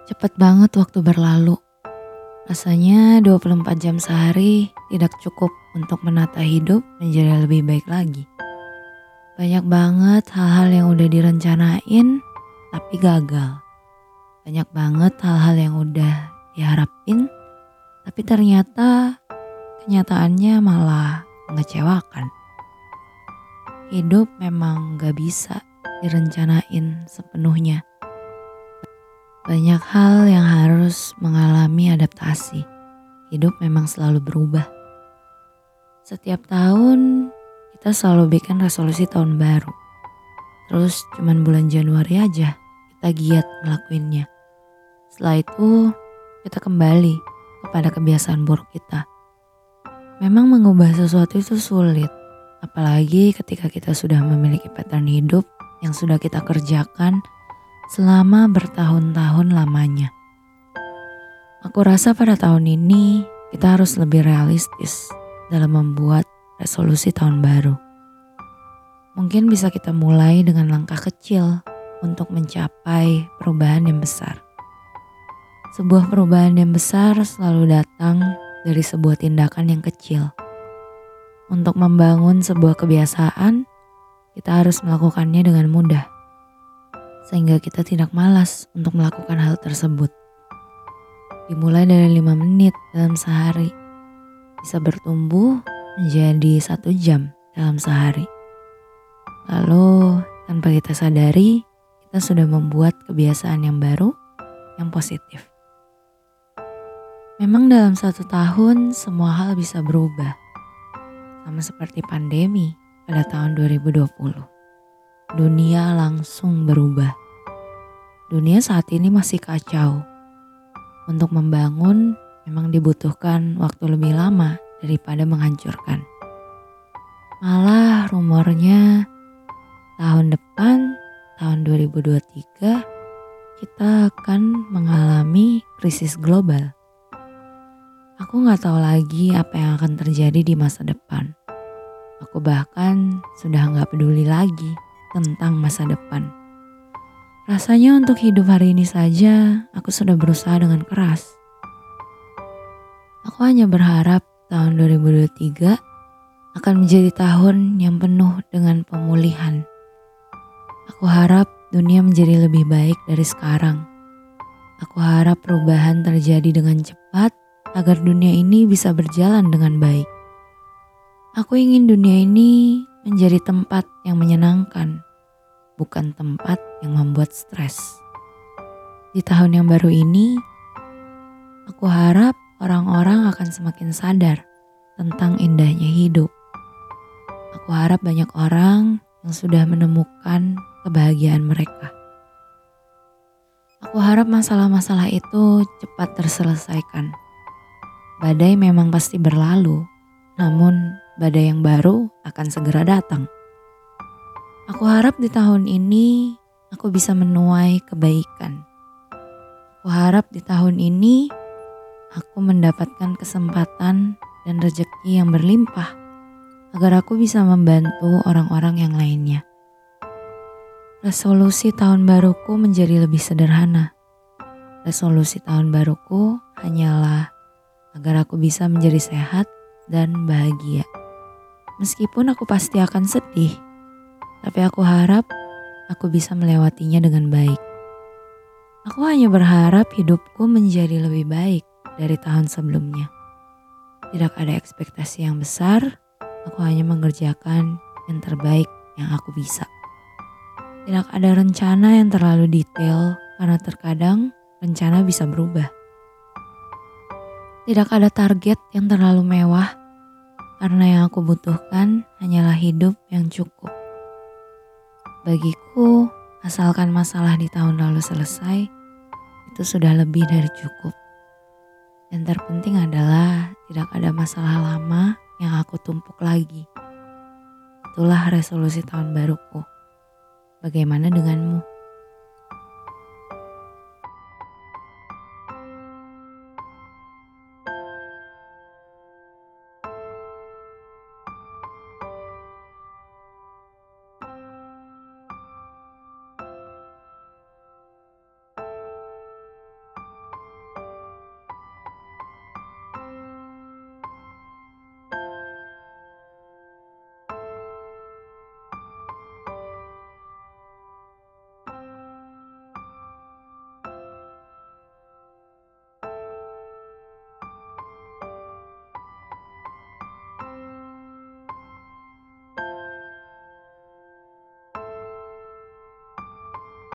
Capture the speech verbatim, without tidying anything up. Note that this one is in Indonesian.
Cepet banget waktu berlalu. Rasanya dua puluh empat jam sehari tidak cukup untuk menata hidup menjadi lebih baik lagi. Banyak banget hal-hal yang udah direncanain tapi gagal. Banyak banget hal-hal yang udah diharapin tapi ternyata kenyataannya malah mengecewakan. Hidup memang gak bisa direncanain sepenuhnya. Banyak hal yang harus mengalami adaptasi. Hidup memang selalu berubah. Setiap tahun kita selalu bikin resolusi tahun baru. Terus cuman bulan Januari aja kita giat ngelakuinnya. Setelah itu kita kembali kepada kebiasaan buruk kita. Memang mengubah sesuatu itu sulit. Apalagi ketika kita sudah memiliki pattern hidup yang sudah kita kerjakan selama bertahun-tahun lamanya. Aku rasa pada tahun ini kita harus lebih realistis dalam membuat resolusi tahun baru. Mungkin bisa kita mulai dengan langkah kecil untuk mencapai perubahan yang besar. Sebuah perubahan yang besar selalu datang dari sebuah tindakan yang kecil. Untuk membangun sebuah kebiasaan, kita harus melakukannya dengan mudah. Sehingga kita tidak malas untuk melakukan hal tersebut. Dimulai dari lima menit dalam sehari, bisa bertumbuh menjadi satu jam dalam sehari. Lalu tanpa kita sadari, kita sudah membuat kebiasaan yang baru, yang positif. Memang dalam satu tahun semua hal bisa berubah. Sama seperti pandemi pada tahun dua ribu dua puluh. Dunia langsung berubah. Dunia saat ini masih kacau. Untuk membangun memang dibutuhkan waktu lebih lama daripada menghancurkan. Malah rumornya tahun depan, tahun dua ribu dua puluh tiga, kita akan mengalami krisis global. Aku gak tahu lagi apa yang akan terjadi di masa depan. Aku bahkan sudah gak peduli lagi tentang masa depan. Rasanya untuk hidup hari ini saja aku sudah berusaha dengan keras. Aku hanya berharap tahun dua ribu dua puluh tiga akan menjadi tahun yang penuh dengan pemulihan. Aku harap dunia menjadi lebih baik dari sekarang. Aku harap perubahan terjadi dengan cepat agar dunia ini bisa berjalan dengan baik. Aku ingin dunia ini menjadi tempat yang menyenangkan, bukan tempat yang membuat stres. Di tahun yang baru ini, aku harap orang-orang akan semakin sadar tentang indahnya hidup. Aku harap banyak orang yang sudah menemukan kebahagiaan mereka. Aku harap masalah-masalah itu cepat terselesaikan. Badai memang pasti berlalu, namun badai yang baru akan segera datang. Aku harap di tahun ini aku bisa menuai kebaikan. Aku harap di tahun ini aku mendapatkan kesempatan dan rezeki yang berlimpah agar aku bisa membantu orang-orang yang lainnya. Resolusi tahun baruku menjadi lebih sederhana. Resolusi tahun baruku hanyalah agar aku bisa menjadi sehat dan bahagia. Meskipun aku pasti akan sedih, tapi aku harap aku bisa melewatinya dengan baik. Aku hanya berharap hidupku menjadi lebih baik dari tahun sebelumnya. Tidak ada ekspektasi yang besar, aku hanya mengerjakan yang terbaik yang aku bisa. Tidak ada rencana yang terlalu detail karena terkadang rencana bisa berubah. Tidak ada target yang terlalu mewah karena yang aku butuhkan hanyalah hidup yang cukup. Bagiku, asalkan masalah di tahun lalu selesai, itu sudah lebih dari cukup. Dan terpenting adalah tidak ada masalah lama yang aku tumpuk lagi. Itulah resolusi tahun baruku. Bagaimana denganmu?